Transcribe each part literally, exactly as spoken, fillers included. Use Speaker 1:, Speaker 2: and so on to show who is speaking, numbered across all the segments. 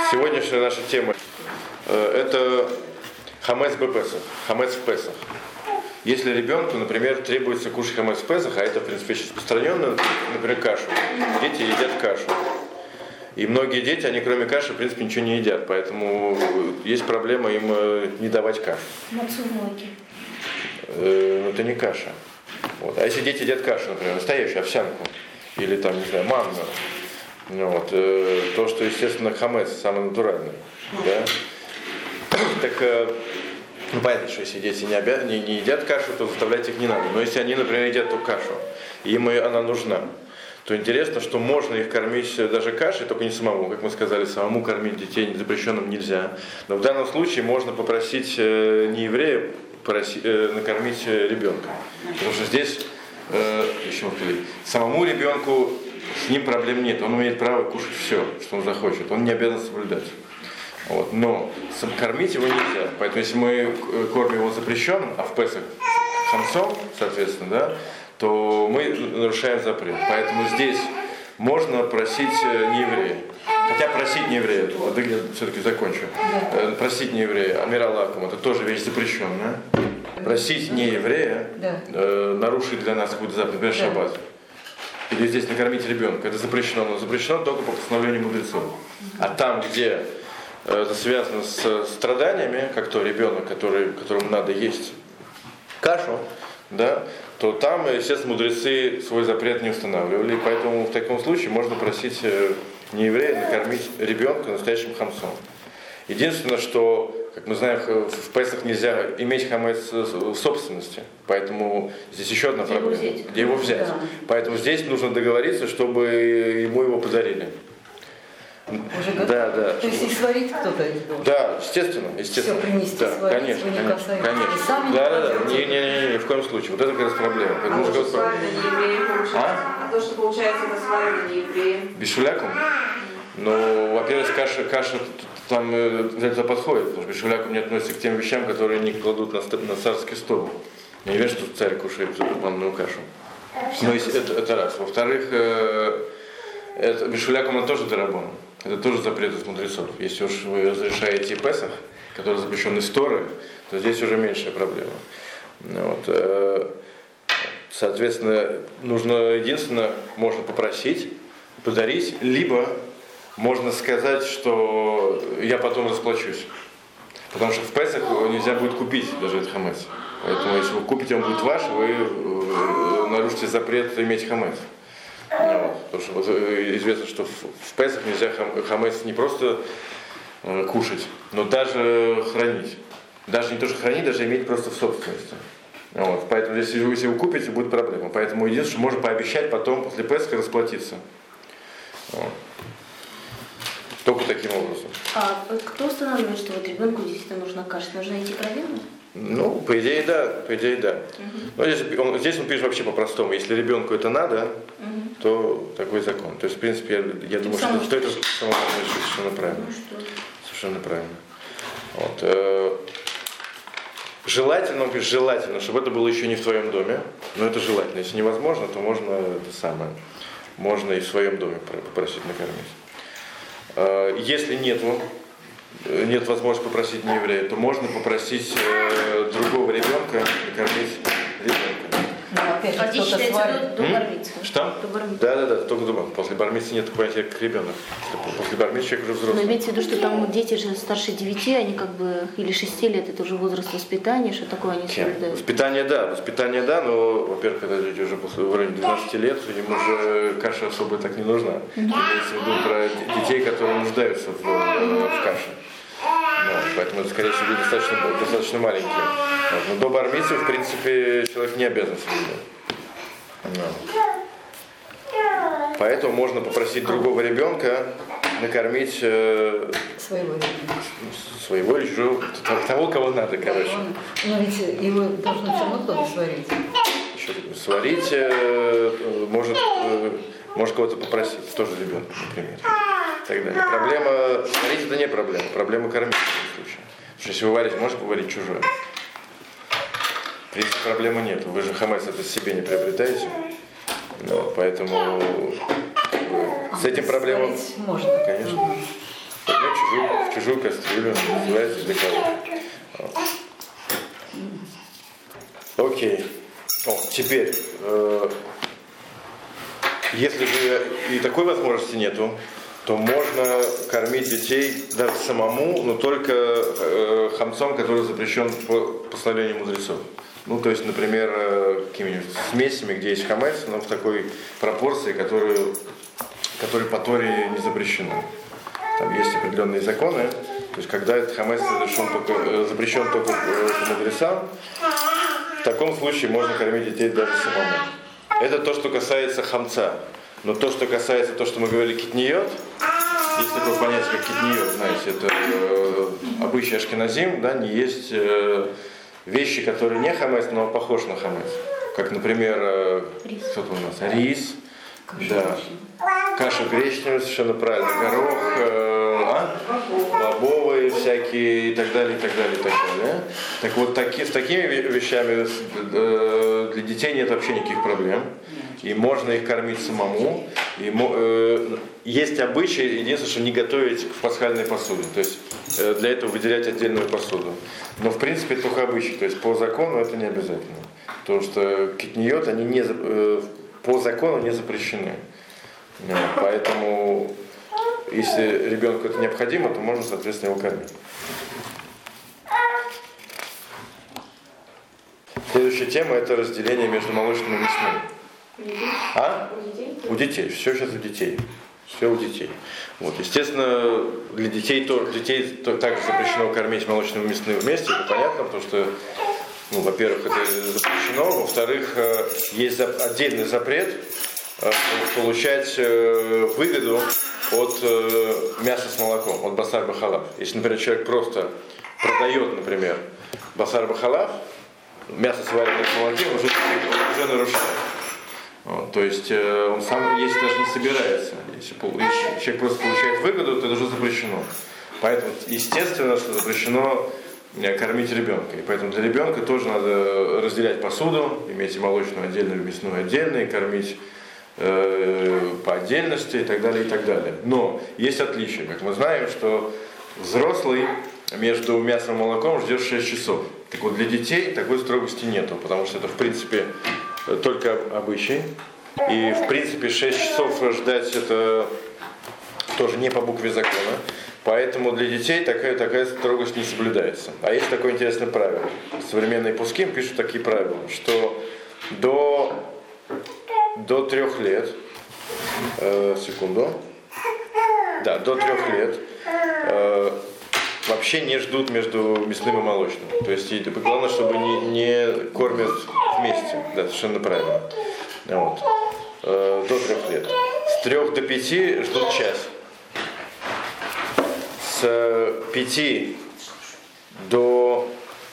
Speaker 1: Сегодняшняя наша тема э, это хамец бепесах, хамец в Песах. Если ребенку, например, требуется кушать хамец в Песах, а это, в принципе, очень распространенно, например, кашу. Дети едят кашу. И многие дети, они кроме каши, в принципе, ничего не едят. Поэтому есть проблема им не давать кашу.
Speaker 2: Мацумоки.
Speaker 1: Э, это не каша. Вот. А если дети едят кашу, например, настоящую овсянку, или там, не знаю, манну, вот, э, то, что, естественно, хамец, самый натуральный. Да? Так, э, ну, понятно, что если дети не, обя... не, не едят кашу, то заставлять их не надо. Но если они, например, едят ту кашу, и им она нужна, то интересно, что можно их кормить даже кашей, только не самому. Как мы сказали, самому кормить детей запрещенным нельзя. Но в данном случае можно попросить э, не еврея попросить, э, накормить ребенка. Потому что здесь э, еще самому ребенку с ним проблем нет. Он имеет право кушать все, что он захочет. Он не обязан соблюдать. Вот. Но кормить его нельзя. Поэтому если мы кормим его запрещенным, а в Песах хамцом, соответственно, да, то мы нарушаем запрет. Поэтому здесь можно просить не еврея. Хотя просить не еврея, это я все-таки закончу. Да. Просить не еврея, амира лаком, это тоже вещь запрещенная. Просить не еврея, да. э, нарушить для нас какую-то заповедь, например, да. шаббат. Или здесь накормить ребенка, это запрещено, но запрещено только по постановлению мудрецов. А там, где э, это связано с страданиями, как то ребенок, который, которому надо есть кашу, да, то там, естественно, мудрецы свой запрет не устанавливали, и поэтому в таком случае можно просить не еврея накормить ребенка настоящим хамцом. Единственное, что, как мы знаем, в Песах нельзя иметь хамец в собственности, поэтому здесь еще одна проблема. Где его взять? Где его взять. Да. Поэтому здесь нужно договориться, чтобы ему его подарили.
Speaker 2: Уже готов?
Speaker 1: Да, да.
Speaker 2: То есть и сварить кто-то это должен?
Speaker 1: Да, естественно, естественно.
Speaker 2: Все принести,
Speaker 1: да,
Speaker 2: сварить,
Speaker 1: конечно,
Speaker 2: вы не
Speaker 1: конечно,
Speaker 2: касаетесь.
Speaker 1: конечно.
Speaker 2: И сами
Speaker 1: да,
Speaker 2: не
Speaker 1: да, да, не, не, не, ни в коем случае. Вот это как раз проблема.
Speaker 3: А
Speaker 1: нужно
Speaker 3: то, что сварено не евреи, получается. А? а то, что получается, это сварено не евреи.
Speaker 1: Бешуляком? Ну, во-первых, каша, каша там это подходит, потому что бешуляком не относится к тем вещам, которые не кладут на, на царский стол. Я не верю, что царь кушает манную кашу. Но это, это раз. Во-вторых, э, это, бешуляком он тоже дарабон. Это тоже запрет из мудрецов. Если уж вы разрешаете Песах, который запрещен из Торы, то здесь уже меньшая проблема. Вот. Соответственно, нужно, единственное, можно попросить, подарить, либо можно сказать, что я потом расплачусь. Потому что в Песах нельзя будет купить даже этот хамец. Поэтому если вы купите, он будет ваш, вы нарушите запрет иметь хамец. Вот, потому что вот, известно, что в, в Песах нельзя хам, хамец не просто э, кушать, но даже хранить. Даже не то, что хранить, даже иметь просто в собственности. Вот, поэтому если вы, если вы купите, будет проблема. Поэтому единственное, что можно пообещать потом после Песха расплатиться. Вот. Только таким образом.
Speaker 2: А кто устанавливает, что вот ребенку действительно нужна каша? Нужно идти к раввину?
Speaker 1: Ну, по идее, да, по идее, да. Uh-huh. Но здесь он, здесь он пишет вообще по-простому. Если ребенку это надо, uh-huh. то такой закон. То есть, в принципе, я, я думаю, что, что это совершенно правильно. Uh-huh. Совершенно правильно. Вот. Э, желательно, он пишет, желательно, чтобы это было еще не в твоем доме. Но это желательно. Если невозможно, то можно это самое. Можно и в своем доме попросить накормить. Э, если нету, нет возможности попросить не еврея, то можно попросить э, другого ребенка накормить ребенка.
Speaker 2: Ну, опять же,
Speaker 3: а здесь считается до, до бармицы.
Speaker 1: Что?
Speaker 3: До бармицы.
Speaker 1: Да, да, да, только до бармицы. После бармицы нет понятия как ребенок. После бармицы человек уже взрослый.
Speaker 3: Но имеется в виду, что там дети же старше девяти, они как бы, или шести лет, это уже возраст воспитания, что такое они соблюдают?
Speaker 1: Воспитание, да, воспитание, да, но, во-первых, когда люди уже после в районе двенадцати лет, им уже каша особо так не нужна. Mm-hmm. Имеется в виду про детей, которые нуждаются в, в каше. Ну, поэтому это, скорее всего, достаточно, достаточно маленькие. Вот. Но до бар-мицвы, в принципе, человек не обязан соблюдать. Ну. Поэтому можно попросить другого ребенка накормить э,
Speaker 2: своего ребенка.
Speaker 1: Своего или чужого, того, кого надо, короче.
Speaker 2: Но ведь его должны все равно кто-то сварить.
Speaker 1: Еще сварить э, может, э, может кого-то попросить, тоже ребенка, например. Так далее. Проблема, сварить это не проблема, проблема кормить в этом случае. Потому что если вы варите, можете поварить чужое. В принципе, проблемы нет. Вы же хамец это себе не приобретаете. Ну, поэтому с этим проблемой.
Speaker 2: Можно.
Speaker 1: Конечно. Поднять чужую чужую кастрюлю, называется для кого. Окей. О, теперь, э, если же и такой возможности нету, то можно кормить детей даже самому, но только э, хамцом, который запрещен по постановлению мудрецов. Ну, то есть, например, э, какими-нибудь смесями, где есть хамец, но в такой пропорции, которую, которой по Торе не запрещено. Там есть определенные законы. То есть, когда этот хамец запрещен только, э, запрещен только э, по мудрецам, в таком случае можно кормить детей даже самому. Это то, что касается хамца. Но то, что касается того, что мы говорили, китниот, есть такое понятие, как китниот, знаете, это э, обычай ашкеназим, да, не есть э, вещи, которые не хамец, но похожи на хамец. Как, например, э, что-то у нас, рис, да, каша гречневая, совершенно правильно, горох, э, а? бобовые всякие и так далее, и так далее, и так далее. Так вот, таки, с такими вещами э, для детей нет вообще никаких проблем. И можно их кормить самому. И, э, есть обычай, единственное, что не готовить в пасхальной посуде. То есть э, для этого выделять отдельную посуду. Но в принципе это только обычай. То есть по закону это не обязательно. Потому что китниот, они не, э, по закону не запрещены. Да, поэтому если ребенку это необходимо, то можно, соответственно, его кормить. Следующая тема — это разделение между молочным и мясным. А? У детей? У детей. Все сейчас у детей. Все у детей. Вот. Естественно, для детей, то, детей то, также запрещено кормить молочным и мясным вместе. Это понятно, потому что, ну, во-первых, это запрещено. Во-вторых, есть отдельный запрет получать выгоду от мяса с молоком, от басар бахалав. Если, например, человек просто продает, например, басар бахалав, мясо, сваренное в молоке, он уже, он уже нарушает. Вот, то есть он сам есть даже не собирается. Если, если человек просто получает выгоду, то это уже запрещено. Поэтому естественно, что запрещено кормить ребенка. И поэтому для ребенка тоже надо разделять посуду, иметь и молочную отдельную, и мясную отдельно, и кормить э, по отдельности и так далее, и так далее. Но есть отличие. Как мы знаем, что взрослый между мясом и молоком ждет шесть часов. Так вот, для детей такой строгости нету, потому что это, в принципе, только обычай. И, в принципе, шесть часов ждать это тоже не по букве закона. Поэтому для детей такая, такая строгость не соблюдается. А есть такое интересное правило. Современные пуским пишут такие правила, что до, до трех лет, э, секунду, да, до трех лет э, вообще не ждут между мясным и молочным. То есть главное, чтобы не, не кормят вместе. Да, совершенно правильно. Вот. Э, до трех лет. С трех до пяти ждут час. С пяти до,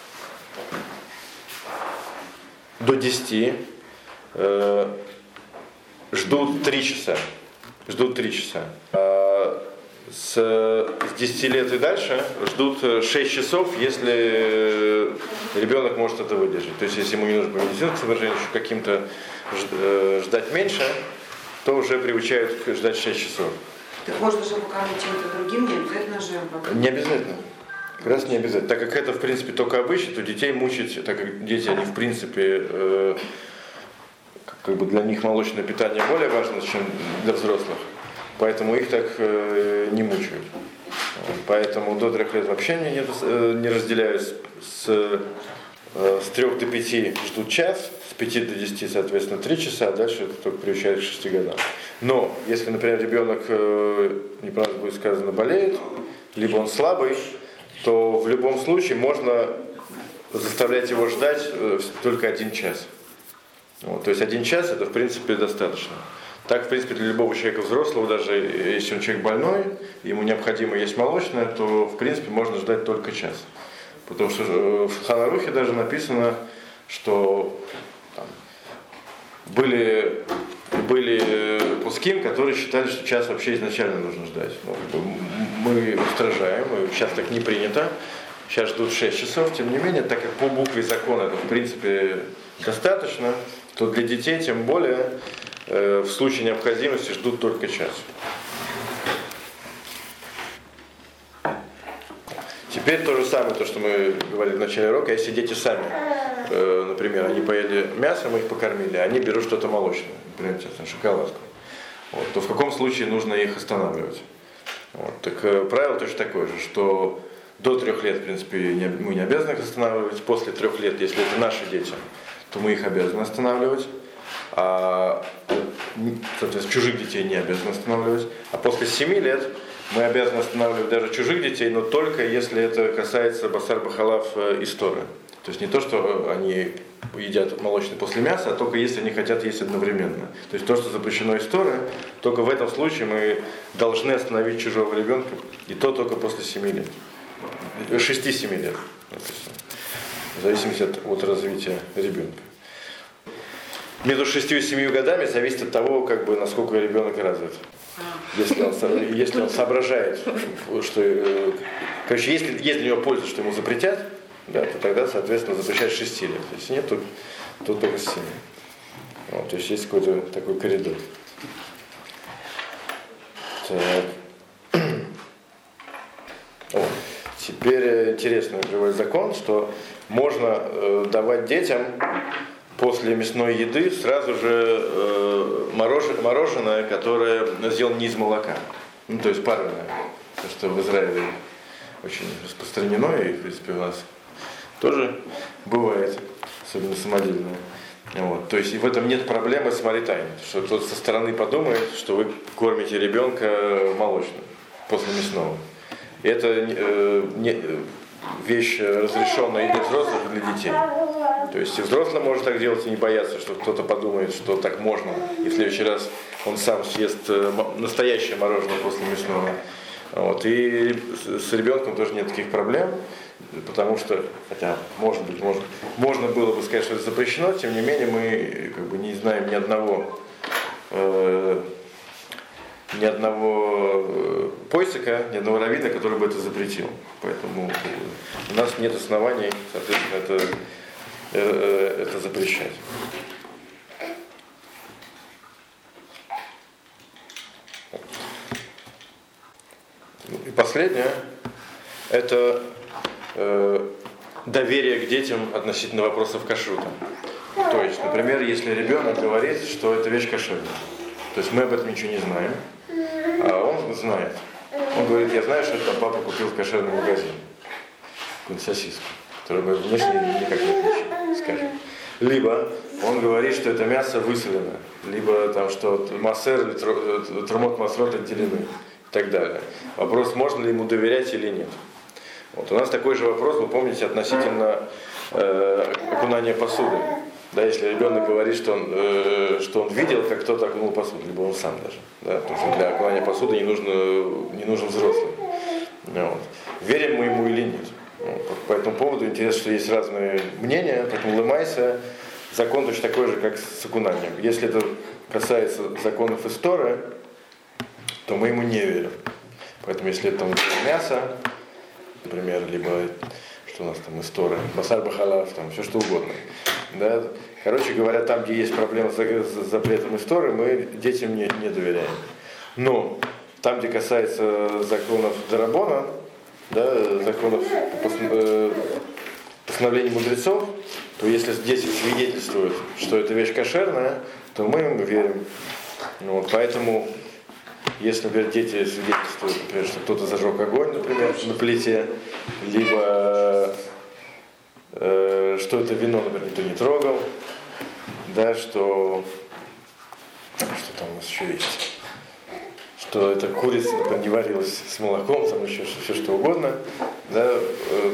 Speaker 1: до десяти э, ждут три часа. Ждут три часа. А с, с десяти лет и дальше ждут шесть часов, если ребенок может это выдержать. То есть, если ему не нужно по медицинскому соображению еще каким-то ждать меньше, то уже приучают ждать шесть часов.
Speaker 4: Так можно же покормить чем-то другим, не обязательно жиром.
Speaker 1: Не обязательно. Как раз не обязательно. Так как это, в принципе, только обычай, то детей мучить, так как дети, они, в принципе, э, как бы для них молочное питание более важно, чем для взрослых. Поэтому их так э, не мучают. Поэтому до трех лет вообще не, не, не разделяют. С, э, с трех до пяти ждут час, с пяти до десяти, соответственно, три часа, а дальше это только приучают к шести годам. Но если, например, ребенок, э, неправильно будет сказано, болеет, либо он слабый, то в любом случае можно заставлять его ждать э, только один час. Вот, то есть один час это, в принципе, достаточно. Так, в принципе, для любого человека взрослого, даже если он человек больной, ему необходимо есть молочное, то, в принципе, можно ждать только час. Потому что в Шулхан Арухе даже написано, что там, были, были пуским, которые считали, что час вообще изначально нужно ждать. Ну, мы устражаем, и сейчас так не принято. Сейчас ждут шесть часов, тем не менее, так как по букве закона это, в принципе, достаточно, то для детей, тем более, э, в случае необходимости ждут только час. Теперь то же самое, то, что мы говорили в начале урока, если дети сами, э, например, они поели мясо, мы их покормили, они берут что-то молочное, например, шоколадку, вот, то в каком случае нужно их останавливать? Вот, так э, правило точно такое же, что до трех лет, в принципе, не, мы не обязаны их останавливать, после трех лет, если это наши дети, то мы их обязаны останавливать, а, соответственно, чужих детей не обязаны останавливать, а после семи лет мы обязаны останавливать даже чужих детей, но только если это касается басар бахалав и сторы. То есть не то, что они едят молочное после мяса, а только если они хотят есть одновременно. То есть то, что запрещено из Торы, только в этом случае мы должны остановить чужого ребенка, и то только после семи лет. шести-семи лет, в зависимости от, от развития ребенка. Между шестью и семью годами зависит от того, как бы, насколько ребенок развит. Если он, если он соображает, что, короче, если есть для него польза, что ему запретят, да, то тогда, соответственно, запрещать с шести лет. Если нет, то, то только с семи. Вот, то есть есть какой-то такой коридор. Так. О, теперь интересный приводит закон, что можно э, давать детям после мясной еды сразу же э, мороженое, мороженое, которое сделано не из молока. Ну, то есть парное. То, что в Израиле очень распространено, и, в принципе, у нас тоже бывает, особенно самодельное. Вот. То есть и в этом нет проблемы с маритайной, что кто-то со стороны подумает, что вы кормите ребенка молочным после мясного. И это э, не, вещь разрешенная и для взрослых, и для детей. То есть и взрослый может так делать и не бояться, что кто-то подумает, что так можно, и в следующий раз он сам съест настоящее мороженое после мясного. Вот. И с ребенком тоже нет таких проблем, потому что, хотя, может быть, может, можно было бы сказать, что это запрещено, тем не менее мы как бы не знаем ни одного э, ни одного э, пойсика, ни одного раввина, который бы это запретил. Поэтому у нас нет оснований, соответственно, это, э, это запрещать. И последнее – это э, доверие к детям относительно вопросов кашрута. То есть, например, если ребенок говорит, что эта вещь кошерная, то есть мы об этом ничего не знаем, а он знает. Он говорит, я знаю, что это папа купил в кошерном магазине какую-нибудь сосиску, которую мы внешне никак не отличим, скажем. Либо он говорит, что это мясо высолено, либо там, что массер или тормот масрот отделены и так далее. Вопрос, можно ли ему доверять или нет. Вот. У нас такой же вопрос, вы помните, относительно э, окунания посуды. Да, если ребенок говорит, что он, э, что он видел, как кто-то окунул посуду, либо он сам даже. Да, потому что для окунания посуды не, нужно, не нужен взрослый. Вот. Верим мы ему или нет. Вот. По этому поводу интересно, что есть разные мнения, поэтому лемайса закон точно такой же, как с окунанием. Если это касается законов из Торы, то мы ему не верим. Поэтому если это там мясо, например, либо что у нас там из Торы, басар бахалав, там все что угодно. Да? Короче говоря, там, где есть проблема с запретом из Торы, мы детям не, не доверяем. Но там, где касается законов Дарабона, да, законов постановлений мудрецов, то если дети свидетельствуют, что эта вещь кошерная, то мы им верим. Вот, поэтому, если, например, дети свидетельствуют, например, что кто-то зажег огонь, например, на плите, либо э, что это вино, например, никто не трогал, да, что, что там у нас еще есть, что эта курица, например, не варилась с молоком, там еще все что угодно, да, э,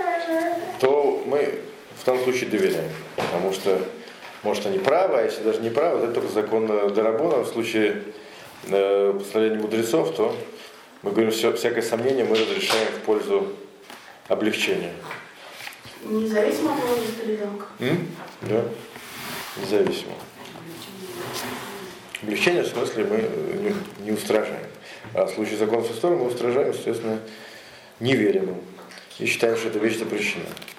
Speaker 1: то мы в том случае доверяем, потому что, может, они правы, а если даже не правы, это только закон Дарабона. В случае э, постановления мудрецов, то мы говорим, все, всякое сомнение мы разрешаем в пользу облегчения.
Speaker 2: Независимо от возраста ребенка?
Speaker 1: М? Да, независимо. Облегчение в смысле мы не, не устражаем. А в случае законов истории мы устражаем, естественно, не верим им. И считаем, что эта вещь запрещена.